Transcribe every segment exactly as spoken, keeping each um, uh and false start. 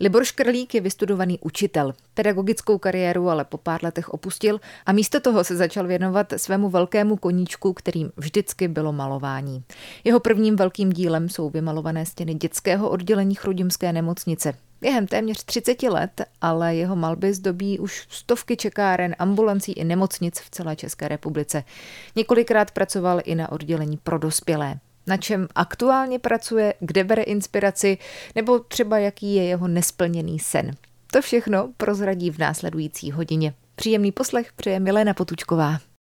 Libor Škrlík je vystudovaný učitel. Pedagogickou kariéru ale po pár letech opustil a místo toho se začal věnovat svému velkému koníčku, kterým vždycky bylo malování. Jeho prvním velkým dílem jsou vymalované stěny dětského oddělení chrudimské nemocnice. Během téměř třicet let ale jeho malby zdobí už stovky čekáren, ambulancí i nemocnic v celé České republice. Několikrát pracoval i na oddělení pro dospělé. Na čem aktuálně pracuje, kde bere inspiraci, nebo třeba jaký je jeho nesplněný sen. To všechno prozradí v následující hodině. Příjemný poslech přeje Milena Potůčková.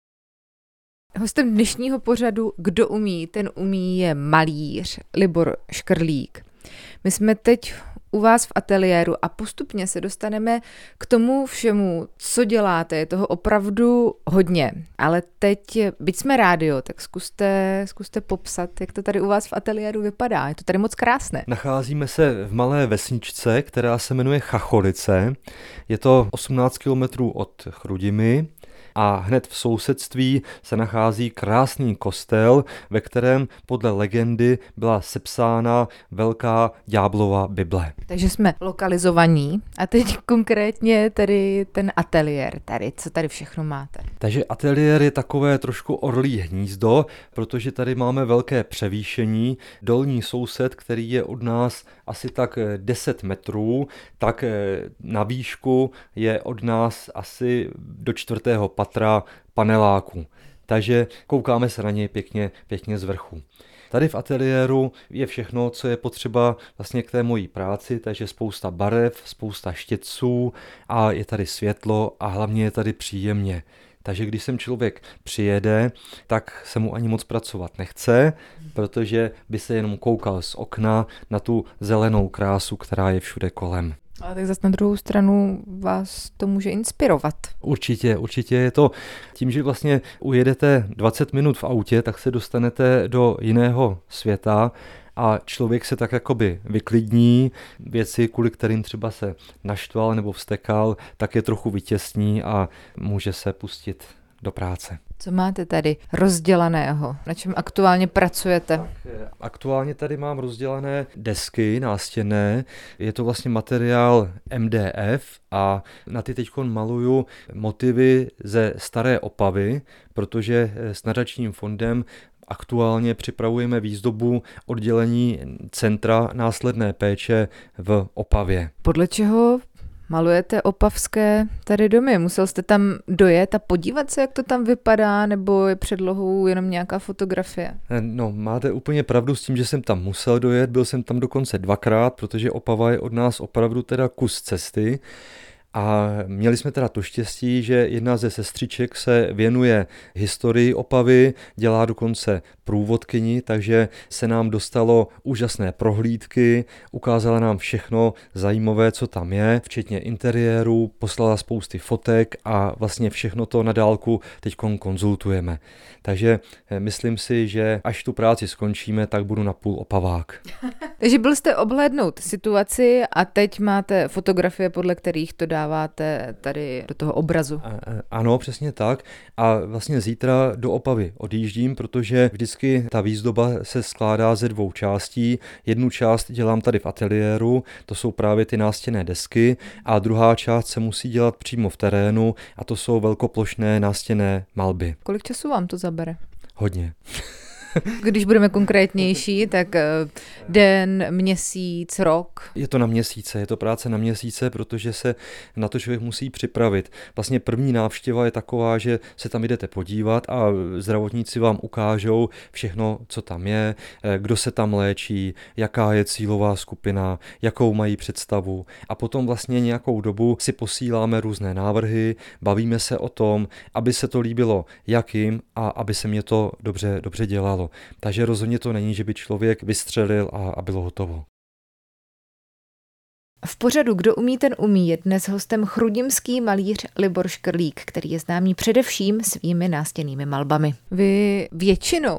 Hostem dnešního pořadu Kdo umí, ten umí je malíř Libor Škrlík. My jsme teď u vás v ateliéru a postupně se dostaneme k tomu všemu, co děláte. Je toho opravdu hodně. Ale teď, byť jsme rádio, tak zkuste, zkuste popsat, jak to tady u vás v ateliéru vypadá. Je to tady moc krásné. Nacházíme se v malé vesničce, která se jmenuje Chacholice. Je to osmnáct kilometrů od Chrudimi. A hned v sousedství se nachází krásný kostel, ve kterém podle legendy byla sepsána velká ďáblova Bible. Takže jsme lokalizovaní a teď konkrétně tady ten ateliér, tady, co tady všechno máte? Takže ateliér je takové trošku orlí hnízdo, protože tady máme velké převýšení. Dolní soused, který je od nás asi tak deset metrů, tak na výšku je od nás asi do čtvrtého patra paneláku. Takže koukáme se na něj pěkně, pěkně z vrchu. Tady v ateliéru je všechno, co je potřeba vlastně k té mojí práci, takže spousta barev, spousta štětců a je tady světlo a hlavně je tady příjemně. Takže když sem člověk přijede, tak se mu ani moc pracovat nechce, protože by se jenom koukal z okna na tu zelenou krásu, která je všude kolem. Ale tak zase na druhou stranu vás to může inspirovat. Určitě, určitě je to tím, že vlastně ujedete dvacet minut v autě, tak se dostanete do jiného světa a člověk se tak jakoby vyklidní, věci, kvůli kterým třeba se naštval nebo vztekal, tak je trochu vytěsní a může se pustit do práce. Co máte tady rozdělaného? Na čem aktuálně pracujete? Tak, aktuálně tady mám rozdělané desky nástěnné. Je to vlastně materiál M D F a na ty teďkon maluju motivy ze staré Opavy, protože s nadačním fondem aktuálně připravujeme výzdobu oddělení Centra následné péče v Opavě. Podle čeho malujete opavské tady domy? Musel jste tam dojet a podívat se, jak to tam vypadá, nebo je předlohou jenom nějaká fotografie? No, máte úplně pravdu s tím, že jsem tam musel dojet, byl jsem tam dokonce dvakrát, protože Opava je od nás opravdu teda kus cesty. A měli jsme teda to štěstí, že jedna ze sestřiček se věnuje historii Opavy, dělá dokonce průvodkyni, takže se nám dostalo úžasné prohlídky, ukázala nám všechno zajímavé, co tam je, včetně interiéru, poslala spousty fotek a vlastně všechno to na dálku teď konzultujeme. Takže myslím si, že až tu práci skončíme, tak budu napůl Opavák. Takže byl jste obhlédnout situaci a teď máte fotografie, podle kterých to dáváte tady do toho obrazu. Ano, přesně tak. A vlastně zítra do Opavy odjíždím, protože vždycky ta výzdoba se skládá ze dvou částí. Jednu část dělám tady v ateliéru, to jsou právě ty nástěnné desky, a druhá část se musí dělat přímo v terénu a to jsou velkoplošné nástěnné malby. Kolik času vám to zabere? Hodně. Když budeme konkrétnější, tak den, měsíc, rok? Je to na měsíce, je to práce na měsíce, protože se na to člověk musí připravit. Vlastně první návštěva je taková, že se tam jdete podívat a zdravotníci vám ukážou všechno, co tam je, kdo se tam léčí, jaká je cílová skupina, jakou mají představu. A potom vlastně nějakou dobu si posíláme různé návrhy, bavíme se o tom, aby se to líbilo jak jim a aby se mě to dobře, dobře dělalo. Takže rozhodně to není, že by člověk vystřelil a, a bylo hotovo. V pořadu Kdo umí, ten umí je dnes hostem chrudimský malíř Libor Škrlík, který je známý především svými nástěnnými malbami. Vy většinou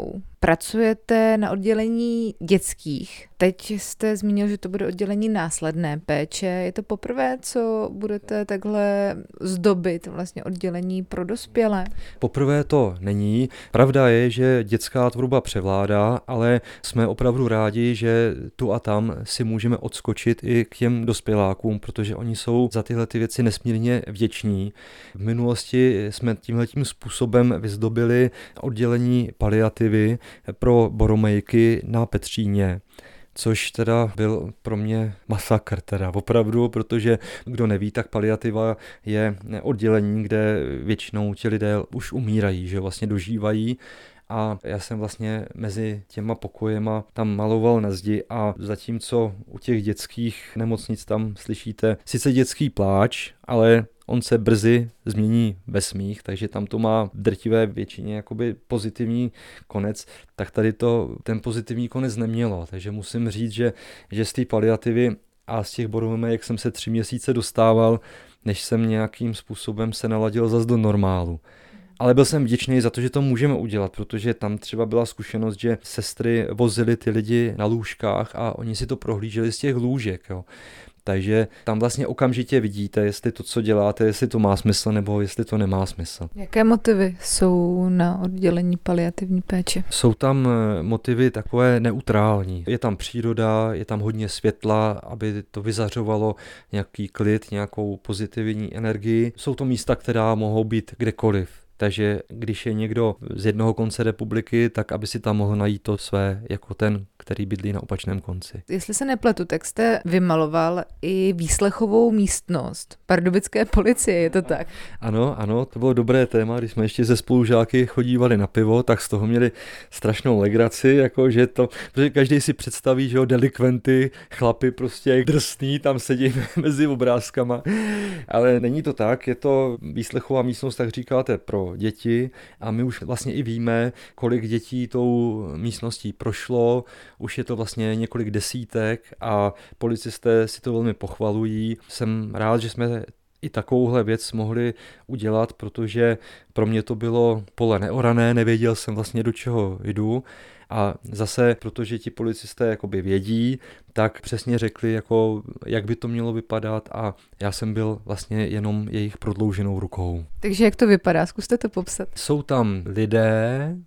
pracujete na oddělení dětských. Teď jste zmínil, že to bude oddělení následné péče. Je to poprvé, co budete takhle zdobit vlastně oddělení pro dospělé? Poprvé to není. Pravda je, že dětská tvorba převládá, ale jsme opravdu rádi, že tu a tam si můžeme odskočit i k těm dospělákům, protože oni jsou za tyhle ty věci nesmírně vděční. V minulosti jsme tímhletím způsobem vyzdobili oddělení paliativy pro boromejky na Petříně, což teda byl pro mě masakr teda opravdu, protože kdo neví, tak paliativa je oddělení, kde většinou ti lidé už umírají, že vlastně dožívají. A já jsem vlastně mezi těma pokojema tam maloval na zdi a zatímco u těch dětských nemocnic tam slyšíte sice dětský pláč, ale on se brzy změní ve smích, takže tam to má v drtivé většině jakoby pozitivní konec, tak tady to ten pozitivní konec nemělo. Takže musím říct, že, že z té paliativy a z těch boromejek jsem se tři měsíce dostával, než jsem nějakým způsobem se naladil zas do normálu. Ale byl jsem vděčný za to, že to můžeme udělat, protože tam třeba byla zkušenost, že sestry vozily ty lidi na lůžkách a oni si to prohlíželi z těch lůžek. Jo. Takže tam vlastně okamžitě vidíte, jestli to, co děláte, jestli to má smysl nebo jestli to nemá smysl. Jaké motivy jsou na oddělení paliativní péče? Jsou tam motivy takové neutrální. Je tam příroda, je tam hodně světla, aby to vyzařovalo nějaký klid, nějakou pozitivní energii. Jsou to místa, která mohou být kdekoliv. Takže když je někdo z jednoho konce republiky, tak aby si tam mohl najít to své, jako ten, který bydlí na opačném konci. Jestli se nepletu, tak jste vymaloval i výslechovou místnost pardubické policie, je to tak? Ano, ano, to bylo dobré téma, když jsme ještě ze spolužáky chodívali na pivo, tak z toho měli strašnou legraci, jako že to, protože každý si představí, že jo, delikventy, chlapy prostě jak drsný, tam sedí mezi obrázkama, ale není to tak, je to výslechová místnost, tak říkáte, pro děti a my už vlastně i víme, kolik dětí tou místností prošlo, už je to vlastně několik desítek a policisté si to velmi pochvalují. Jsem rád, že jsme i takovouhle věc mohli udělat, protože pro mě to bylo pole neorané, nevěděl jsem vlastně, do čeho jdu. A zase, protože ti policisté jakoby vědí, tak přesně řekli, jako, jak by to mělo vypadat a já jsem byl vlastně jenom jejich prodlouženou rukou. Takže jak to vypadá? Zkuste to popsat. Jsou tam lidé,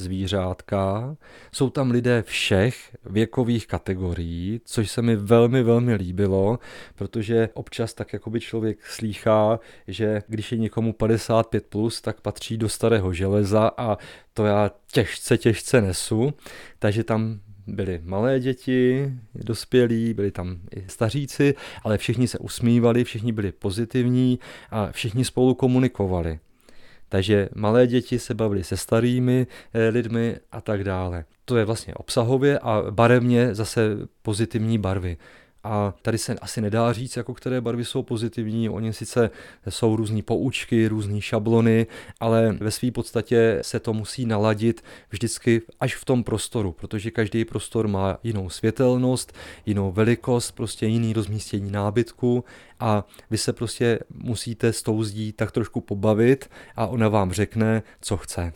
zvířátka, jsou tam lidé všech věkových kategorií, což se mi velmi, velmi líbilo, protože občas tak jakoby člověk slýchá, že když je někomu padesát pět plus, tak patří do starého železa a to já těžce, těžce nesu, takže tam byly malé děti, dospělí, byli tam i staříci, ale všichni se usmívali, všichni byli pozitivní a všichni spolu komunikovali. Takže malé děti se bavily se starými lidmi a tak dále. To je vlastně obsahově a barevně zase pozitivní barvy. A tady se asi nedá říct, jako které barvy jsou pozitivní. Oni sice jsou různý poučky, různý šablony, ale ve své podstatě se to musí naladit vždycky až v tom prostoru, protože každý prostor má jinou světelnost, jinou velikost, prostě jiný rozmístění nábytku a vy se prostě musíte s tou zdí tak trošku pobavit a ona vám řekne, co chce.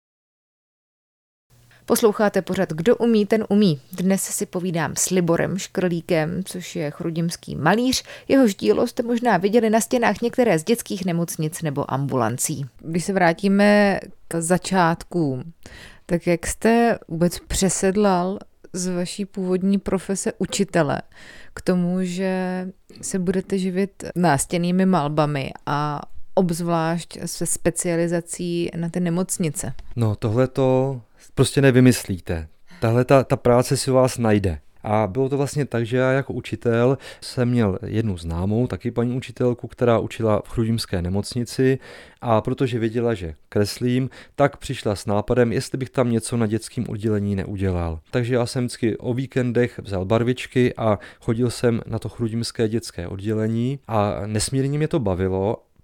Posloucháte pořad Kdo umí, ten umí. Dnes si povídám s Liborem Škrlíkem, což je chrudimský malíř. Jehož dílo jste možná viděli na stěnách některé z dětských nemocnic nebo ambulancí. Když se vrátíme k začátku, tak jak jste vůbec přesedlal z vaší původní profese učitele k tomu, že se budete živit nástěnnými malbami a obzvlášť se specializací na ty nemocnice? No tohle to prostě nevymyslíte. Tahle ta, ta práce si vás najde. A bylo to vlastně tak, že já jako učitel jsem měl jednu známou, taky paní učitelku, která učila v chrudimské nemocnici a protože věděla, že kreslím, tak přišla s nápadem, jestli bych tam něco na dětském oddělení neudělal. Takže já jsem vždycky o víkendech vzal barvičky a chodil jsem na to chrudimské dětské oddělení a nesmírně mě to bavilo,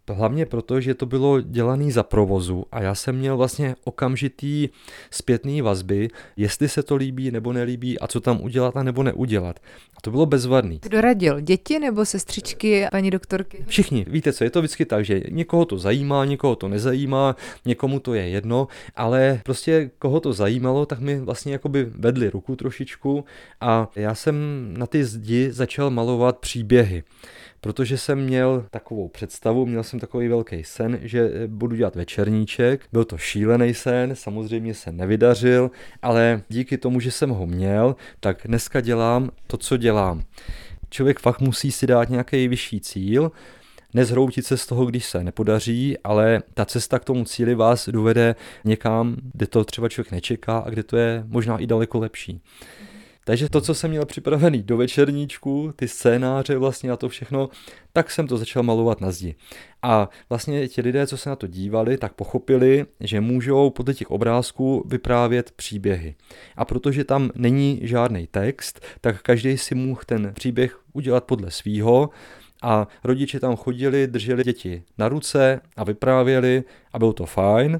Hlavně proto, že to bylo dělané za provozu a já jsem měl vlastně okamžitý zpětný vazby, jestli se to líbí nebo nelíbí a co tam udělat a nebo neudělat. A to bylo bezvadný. Kdo radil? Děti nebo sestřičky a paní doktorky? Všichni. Víte co, je to vždycky tak, že někoho to zajímá, někoho to nezajímá, někomu to je jedno, ale prostě koho to zajímalo, tak mi vlastně jakoby vedli ruku trošičku a já jsem na ty zdi začal malovat příběhy. Protože jsem měl takovou představu, měl jsem takový velký sen, že budu dělat večerníček. Byl to šílený sen, samozřejmě se nevydařil, ale díky tomu, že jsem ho měl, tak dneska dělám to, co dělám. Člověk fakt musí si dát nějaký vyšší cíl, nezhroutit se z toho, když se nepodaří, ale ta cesta k tomu cíli vás dovede někam, kde to třeba člověk nečeká a kde to je možná i daleko lepší. Takže to, co jsem měl připravený do večerníčku, ty scénáře vlastně a to všechno, tak jsem to začal malovat na zdi. A vlastně ti lidé, co se na to dívali, tak pochopili, že můžou podle těch obrázků vyprávět příběhy. A protože tam není žádný text, tak každý si mohl ten příběh udělat podle svýho a rodiče tam chodili, drželi děti na ruce a vyprávěli a bylo to fajn.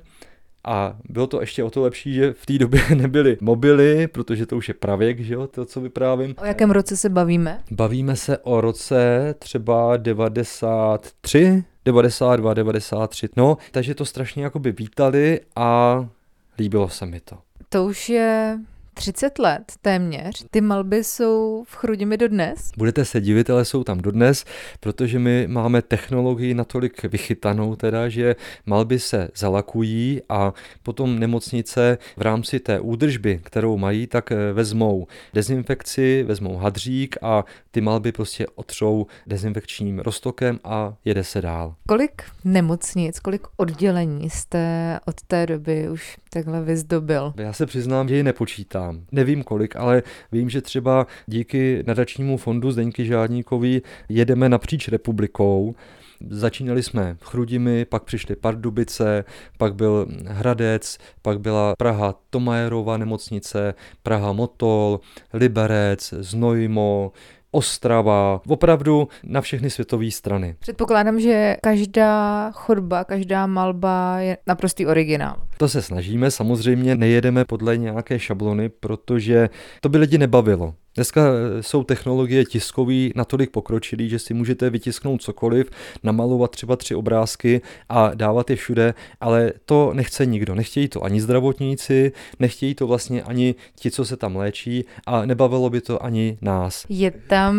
A bylo to ještě o to lepší, že v té době nebyly mobily, protože to už je pravěk, že jo, to, co vyprávím. O jakém roce se bavíme? Bavíme se o roce třeba devadesát tři, devadesát dva, devadesát tři, no, takže to strašně jakoby vítali a líbilo se mi to. To už je třicet let téměř. Ty malby jsou v Chrudimi dodnes? Budete se divit, ale jsou tam dodnes, protože my máme technologii natolik vychytanou teda, že malby se zalakují a potom nemocnice v rámci té údržby, kterou mají, tak vezmou dezinfekci, vezmou hadřík a ty malby prostě otřou dezinfekčním roztokem a jede se dál. Kolik nemocnic, kolik oddělení jste od té doby už takhle vyzdobil? Já se přiznám, že ji nepočítám. Nevím kolik, ale vím, že třeba díky nadačnímu fondu Zdeňky Žádníkový jedeme napříč republikou. Začínali jsme v Chrudimi, pak přišly Pardubice, pak byl Hradec, pak byla Praha Tomajerova nemocnice, Praha Motol, Liberec, Znojmo, Ostrava, opravdu na všechny světové strany. Předpokládám, že každá chodba, každá malba je naprostý originál. To se snažíme, samozřejmě nejedeme podle nějaké šablony, protože to by lidi nebavilo. Dneska jsou technologie tiskové natolik pokročilé, že si můžete vytisknout cokoliv, namalovat třeba tři obrázky a dávat je všude, ale to nechce nikdo. Nechtějí to ani zdravotníci, nechtějí to vlastně ani ti, co se tam léčí a nebavilo by to ani nás. Je tam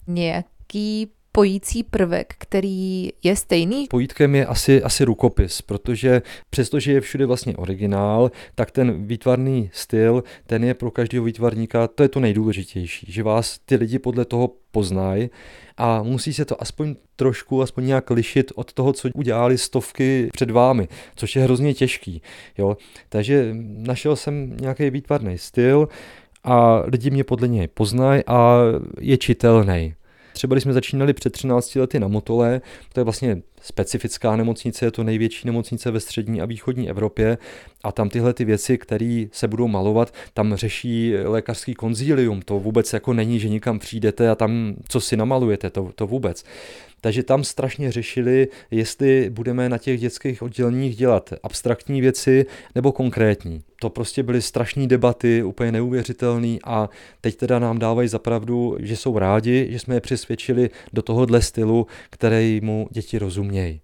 nějaký pojící prvek, který je stejný? Pojítkem je asi, asi rukopis, protože přestože je všude vlastně originál, tak ten výtvarný styl, ten je pro každého výtvarníka, to je to nejdůležitější, že vás ty lidi podle toho poznají a musí se to aspoň trošku, aspoň nějak lišit od toho, co udělali stovky před vámi, což je hrozně těžký. Jo? Takže našel jsem nějaký výtvarný styl a lidi mě podle něj poznají a je čitelný. Třeba když jsme začínali před třinácti lety na Motole, to je vlastně specifická nemocnice, je to největší nemocnice ve střední a východní Evropě a tam tyhle ty věci, které se budou malovat, tam řeší lékařský konzílium, to vůbec jako není, že nikam přijdete a tam co si namalujete, to, to vůbec. Takže tam strašně řešili, jestli budeme na těch dětských odděleních dělat abstraktní věci nebo konkrétní. To prostě byly strašné debaty, úplně neuvěřitelné a teď teda nám dávají za pravdu, že jsou rádi, že jsme je přesvědčili do tohohle stylu, který mu děti rozumějí.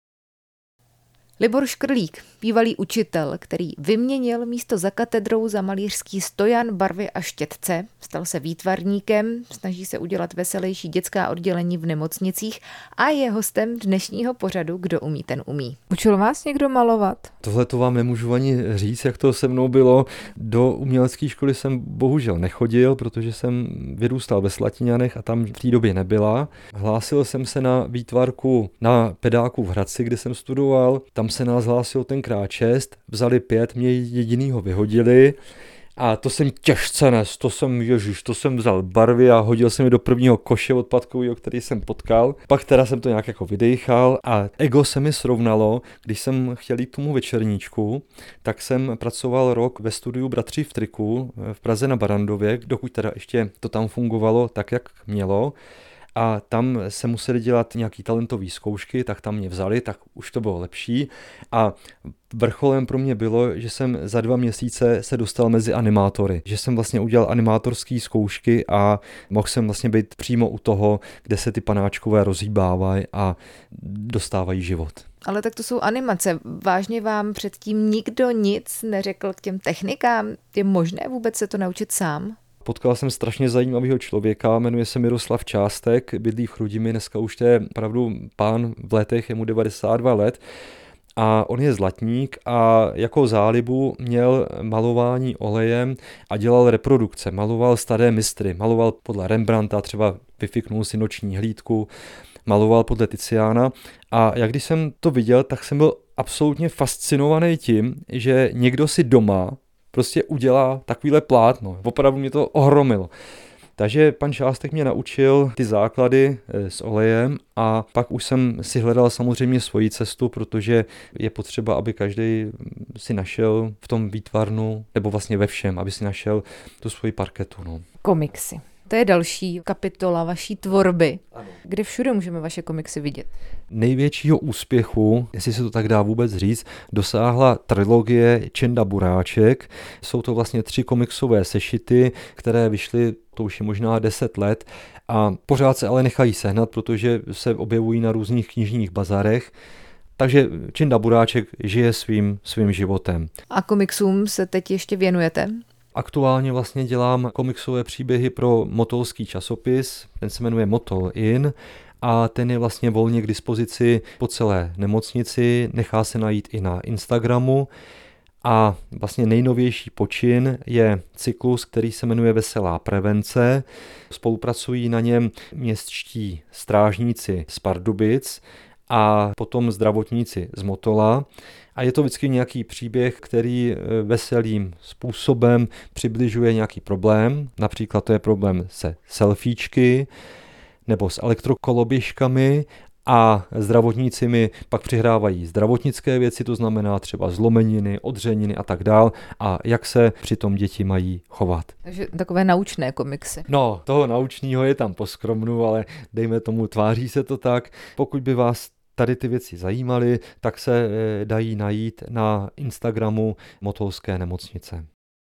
Libor Škrlík, bývalý učitel, který vyměnil místo za katedrou za malířský stojan, barvy a štětce, stal se výtvarníkem, snaží se udělat veselější dětská oddělení v nemocnicích a je hostem dnešního pořadu Kdo umí, ten umí. Učil vás někdo malovat? Tohle to vám nemůžu ani říct, jak to se mnou bylo. Do umělecké školy jsem bohužel nechodil, protože jsem vyrůstal ve Slatiňanech a tam v té době nebyla. Hlásil jsem se na výtvarku na pedáku v Hradci, kde jsem studoval. Tam se nás hlásilo tenkrát šest, vzali pět, mě jedinýho vyhodili a to jsem těžce nes, to jsem, ježiš, to jsem vzal barvy a hodil jsem je do prvního koše odpadkového, který jsem potkal. Pak teda jsem to nějak jako vydejchal a ego se mi srovnalo, když jsem chtěl jít k tomu večerníčku, tak jsem pracoval rok ve studiu Bratří v triku v Praze na Barandově, dokud teda ještě to tam fungovalo tak, jak mělo. a tam se museli dělat nějaký talentové zkoušky, tak tam mě vzali, tak už to bylo lepší a vrcholem pro mě bylo, že jsem za dva měsíce se dostal mezi animátory, že jsem vlastně udělal animátorské zkoušky a mohl jsem vlastně být přímo u toho, kde se ty panáčkové rozhýbávají a dostávají život. Ale tak to jsou animace. Vážně vám předtím nikdo nic neřekl k těm technikám? Je možné vůbec se to naučit sám? Potkal jsem strašně zajímavého člověka, jmenuje se Miroslav Částek, bydlí v Chrudimi, dneska už to je opravdu pán v letech, je mu devadesát dva let. A on je zlatník a jako zálibu měl malování olejem a dělal reprodukce, maloval staré mistry, maloval podle Rembrandta, třeba vyfiknul si Noční hlídku, maloval podle Tiziana a jak když jsem to viděl, tak jsem byl absolutně fascinovaný tím, že někdo si doma prostě udělá takovýhle plátno. Opravdu mě to ohromilo. Takže pan Šástek mě naučil ty základy s olejem a pak už jsem si hledal samozřejmě svoji cestu, protože je potřeba, aby každý si našel v tom výtvarnu, nebo vlastně ve všem, aby si našel tu svoji parketu. No. Komiksy. To je další kapitola vaší tvorby. Ano. Kde všude můžeme vaše komiksy vidět? Největšího úspěchu, jestli se to tak dá vůbec říct, dosáhla trilogie Čenda Buráček. Jsou to vlastně tři komiksové sešity, které vyšly, to už je možná deset let, a pořád se ale nechají sehnat, protože se objevují na různých knižních bazarech. Takže Čenda Buráček žije svým, svým životem. A komiksům se teď ještě věnujete? Aktuálně vlastně dělám komiksové příběhy pro motolský časopis, ten se jmenuje Motol In a ten je vlastně volně k dispozici po celé nemocnici, nechá se najít i na Instagramu a vlastně nejnovější počin je cyklus, který se jmenuje Veselá prevence. Spolupracují na něm městští strážníci z Pardubic a potom zdravotníci z Motola. A je to vždycky nějaký příběh, který veselým způsobem přibližuje nějaký problém. Například to je problém se selfiečky nebo s elektrokoloběžkami a zdravotníci mi pak přihrávají zdravotnické věci, to znamená třeba zlomeniny, odřeniny a tak dál a jak se přitom děti mají chovat. Takže takové naučné komiksy. No, toho naučného je tam poskromnu, ale dejme tomu, tváří se to tak. Pokud by vás tady ty věci zajímaly, tak se dají najít na Instagramu Motolské nemocnice.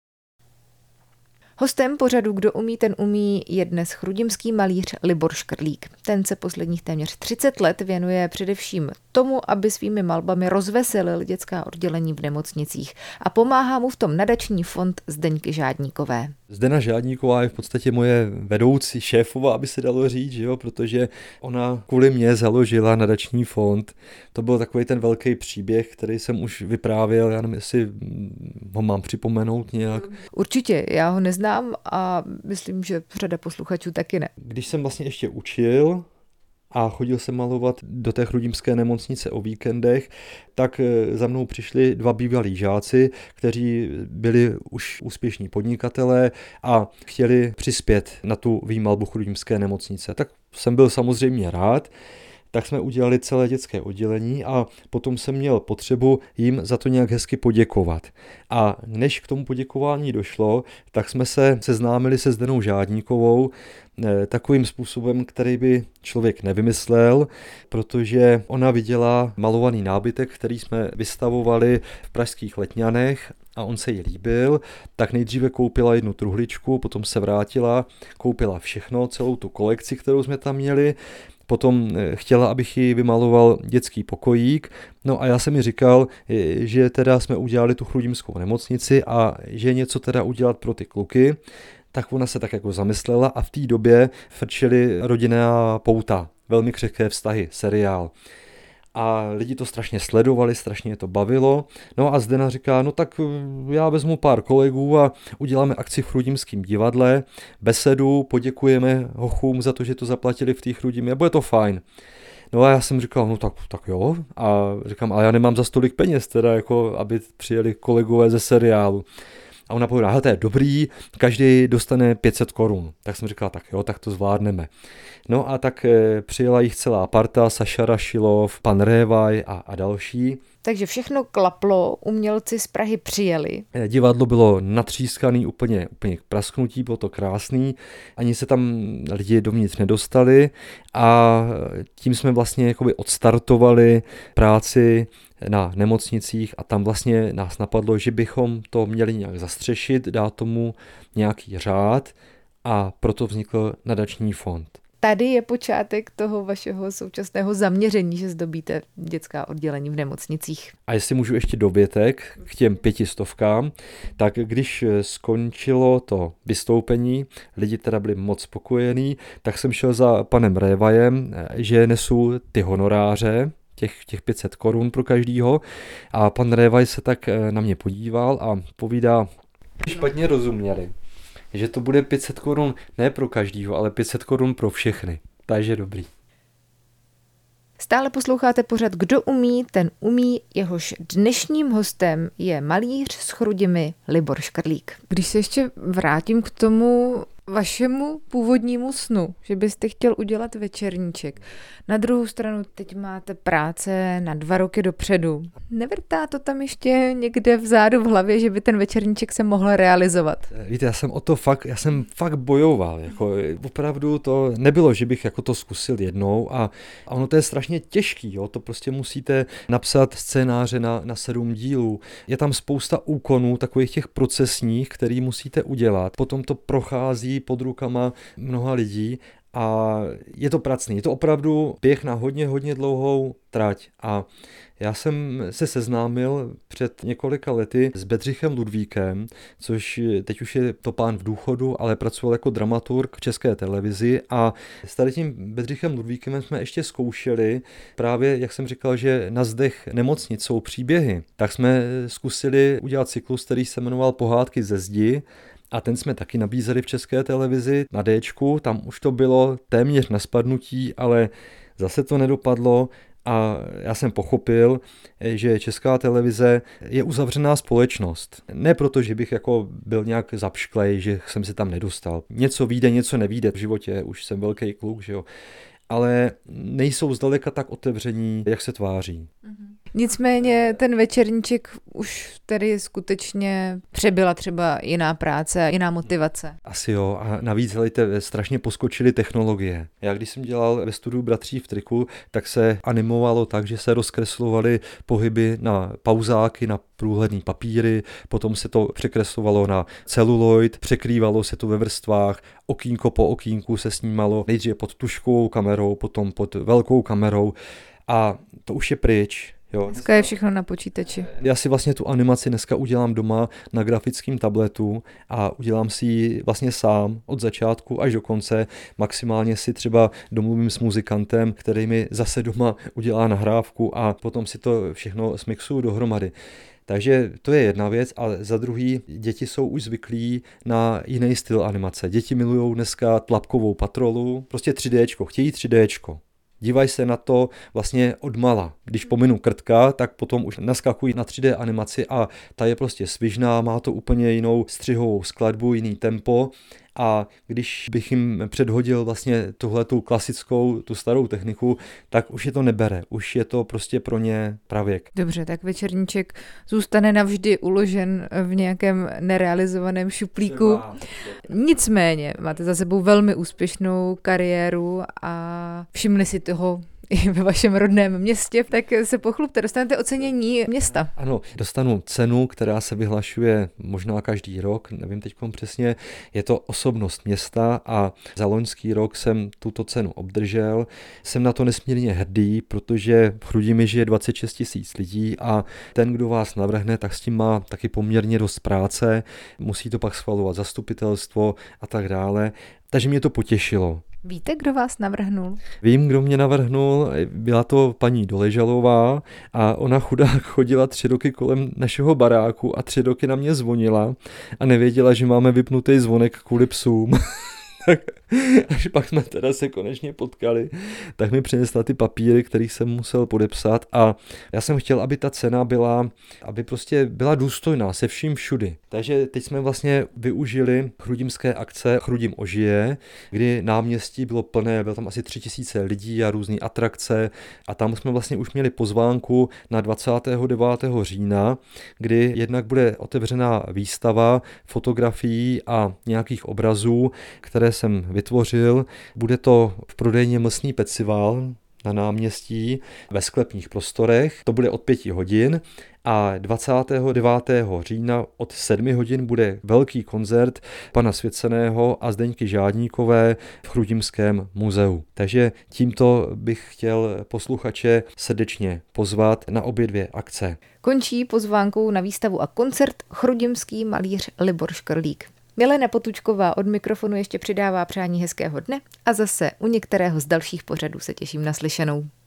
Hostem pořadu Kdo umí, ten umí je dnes chrudimský malíř Libor Škrlík. Ten se posledních téměř třicet let věnuje především tomu, aby svými malbami rozveselil dětská oddělení v nemocnicích a pomáhá mu v tom nadační fond Zdeňky Žádníkové. Zdena Žádníková je v podstatě moje vedoucí šéfova, aby se dalo říct, že jo? Protože ona kvůli mě založila nadační fond. To byl takový ten velký příběh, který jsem už vyprávěl, já nevím, jestli ho mám připomenout nějak. Určitě, já ho neznám a myslím, že řada posluchačů taky ne. Když jsem vlastně ještě učil a chodil jsem malovat do té chrudimské nemocnice o víkendech, tak za mnou přišli dva bývalí žáci, kteří byli už úspěšní podnikatelé a chtěli přispět na tu výmalbu chrudimské nemocnice. Tak jsem byl samozřejmě rád, tak jsme udělali celé dětské oddělení a potom jsem měl potřebu jim za to nějak hezky poděkovat. A než k tomu poděkování došlo, tak jsme se seznámili se Zdenou Žádníkovou takovým způsobem, který by člověk nevymyslel, protože ona viděla malovaný nábytek, který jsme vystavovali v pražských Letňanech a on se jí líbil, tak nejdříve koupila jednu truhličku, potom se vrátila, koupila všechno, celou tu kolekci, kterou jsme tam měli. Potom chtěla, abych ji vymaloval dětský pokojík, no a já jsem mi říkal, že teda jsme udělali tu chrudimskou nemocnici a že něco teda udělat pro ty kluky, tak ona se tak jako zamyslela a v té době frčely Rodinná pouta, velmi křehké vztahy, seriál. A lidi to strašně sledovali, strašně je to bavilo. No a Zdena říká, no tak já vezmu pár kolegů a uděláme akci v Chrudimském divadle, besedu, poděkujeme hochům za to, že to zaplatili v té Chrudimě, bude to fajn. No a já jsem říkal, no tak, tak jo. A říkám, ale já nemám za stolik peněz, teda jako, aby přijeli kolegové ze seriálu. A ona povedala, hele, to je dobrý, každý dostane pět set korun. Tak jsem říkal, tak jo, tak to zvládneme. No a tak e, přijela jich celá parta, Saša Rašilov, pan Révaj a, a další. Takže všechno klaplo, umělci z Prahy přijeli. Divadlo bylo natřískaný úplně, úplně k prasknutí, bylo to krásný, ani se tam lidi dovnitř nedostali a tím jsme vlastně jakoby odstartovali práci na nemocnicích a tam vlastně nás napadlo, že bychom to měli nějak zastřešit, dát tomu nějaký řád a proto vznikl nadační fond. Tady je počátek toho vašeho současného zaměření, že zdobíte dětská oddělení v nemocnicích. A jestli můžu ještě dovětek k těm pětistovkám, tak když skončilo to vystoupení, lidi teda byli moc spokojení, tak jsem šel za panem Révajem, že nesu ty honoráře, těch, těch pět set korun pro každýho a pan Révaj se tak na mě podíval a povídá, špatně rozuměli, že to bude pět set korun ne pro každýho, ale pět set korun pro všechny. Takže dobrý. Stále posloucháte pořad Kdo umí, ten umí, jehož dnešním hostem je malíř s chrudimi Libor Škrlík. Když se ještě vrátím k tomu vašemu původnímu snu, že byste chtěl udělat večerníček. Na druhou stranu teď máte práce na dva roky dopředu. Nevrtá to tam ještě někde vzadu v hlavě, že by ten večerníček se mohl realizovat? Víte, já jsem o to fakt, já jsem fakt bojoval. Jako, opravdu to nebylo, že bych jako to zkusil jednou a, a ono to je strašně těžký. Jo? To prostě musíte napsat scénáře na, na sedm dílů. Je tam spousta úkonů, takových těch procesních, který musíte udělat. Potom to prochází pod rukama mnoha lidí a je to pracný. Je to opravdu běh na hodně, hodně dlouhou trať. A já jsem se seznámil před několika lety s Bedřichem Ludvíkem, což teď už je to pán v důchodu, ale pracoval jako dramaturg v České televizi a s tady tím Bedřichem Ludvíkem jsme ještě zkoušeli právě, jak jsem říkal, že na zdech nemocnic jsou příběhy, tak jsme zkusili udělat cyklus, který se jmenoval Pohádky ze zdi. A ten jsme taky nabízeli v České televizi na Déčku, tam už to bylo téměř na spadnutí, ale zase to nedopadlo a já jsem pochopil, že Česká televize je uzavřená společnost. Ne proto, že bych jako byl nějak zapšklej, že jsem se tam nedostal. Něco vyjde, něco nevyjde v životě, už jsem velký kluk, že jo. Ale nejsou zdaleka tak otevření, jak se tváří. Nicméně ten večerníček už tedy skutečně přebyla třeba jiná práce, jiná motivace. Asi jo, a navíc helejte, strašně poskočily technologie. Já když jsem dělal ve studiu Bratří v triku, tak se animovalo tak, že se rozkreslovaly pohyby na pauzáky, na průhledný papíry, potom se to překreslovalo na celuloid, překrývalo se to ve vrstvách, okýnko po okýnku se snímalo nejdříve pod tužkovou kamerou, potom pod velkou kamerou a to už je pryč. Jo. Dneska je všechno na počítači. Já si vlastně tu animaci dneska udělám doma na grafickém tabletu a udělám si ji vlastně sám od začátku až do konce. Maximálně si třeba domluvím s muzikantem, který mi zase doma udělá nahrávku a potom si to všechno smixuju dohromady. Takže to je jedna věc a za druhý, děti jsou už zvyklí na jiný styl animace. Děti milují dneska tlapkovou patrolu, prostě tři déčko, chtějí tři déčko. Dívají se na to vlastně odmala. Když pominu Krtka, tak potom už naskakují na tři dé animaci a ta je prostě svižná, má to úplně jinou střihovou skladbu, jiný tempo a když bych jim předhodil vlastně tuhletu klasickou, tu starou techniku, tak už je to nebere. Už je to prostě pro ně pravěk. Dobře, tak večerníček zůstane navždy uložen v nějakém nerealizovaném šuplíku. Nicméně máte za sebou velmi úspěšnou kariéru a všimli si toho i ve vašem rodném městě, tak se pochlubte, dostanete ocenění města. Ano, dostanu cenu, která se vyhlašuje možná každý rok, nevím teď přesně, je to osobnost města a za loňský rok jsem tuto cenu obdržel. Jsem na to nesmírně hrdý, protože v Chrudimi žije dvacet šest tisíc lidí a ten, kdo vás navrhne, tak s tím má taky poměrně dost práce, musí to pak schvalovat zastupitelstvo a tak dále. Takže mě to potěšilo. Víte, kdo vás navrhnul? Vím, kdo mě navrhnul, byla to paní Doležalová a ona chudák chodila tři roky kolem našeho baráku a tři roky na mě zvonila a nevěděla, že máme vypnutý zvonek kvůli psům. Tak až pak jsme teda se konečně potkali, tak mi přinesla ty papíry, který jsem musel podepsat a já jsem chtěl, aby ta cena byla, aby prostě byla důstojná se vším všudy. Takže teď jsme vlastně využili chrudimské akce Chrudim ožije, kdy náměstí bylo plné, bylo tam asi tři tisíce lidí a různé atrakce a tam jsme vlastně už měli pozvánku na dvacátého devátého října, kdy jednak bude otevřená výstava fotografií a nějakých obrazů, které jsem vytvořil. Bude to v prodejně Mlsný Pecival na náměstí ve sklepních prostorech. To bude od pěti hodin. A dvacátého devátého října od sedmi hodin bude velký koncert pana Svěceného a Zdeňky Žádníkové v Chrudimském muzeu. Takže tímto bych chtěl posluchače srdečně pozvat na obě dvě akce. Končí pozvánkou na výstavu a koncert chrudimský malíř Libor Škrlík. Milena Potůčková od mikrofonu ještě přidává přání hezkého dne a zase u některého z dalších pořadů se těším na slyšenou.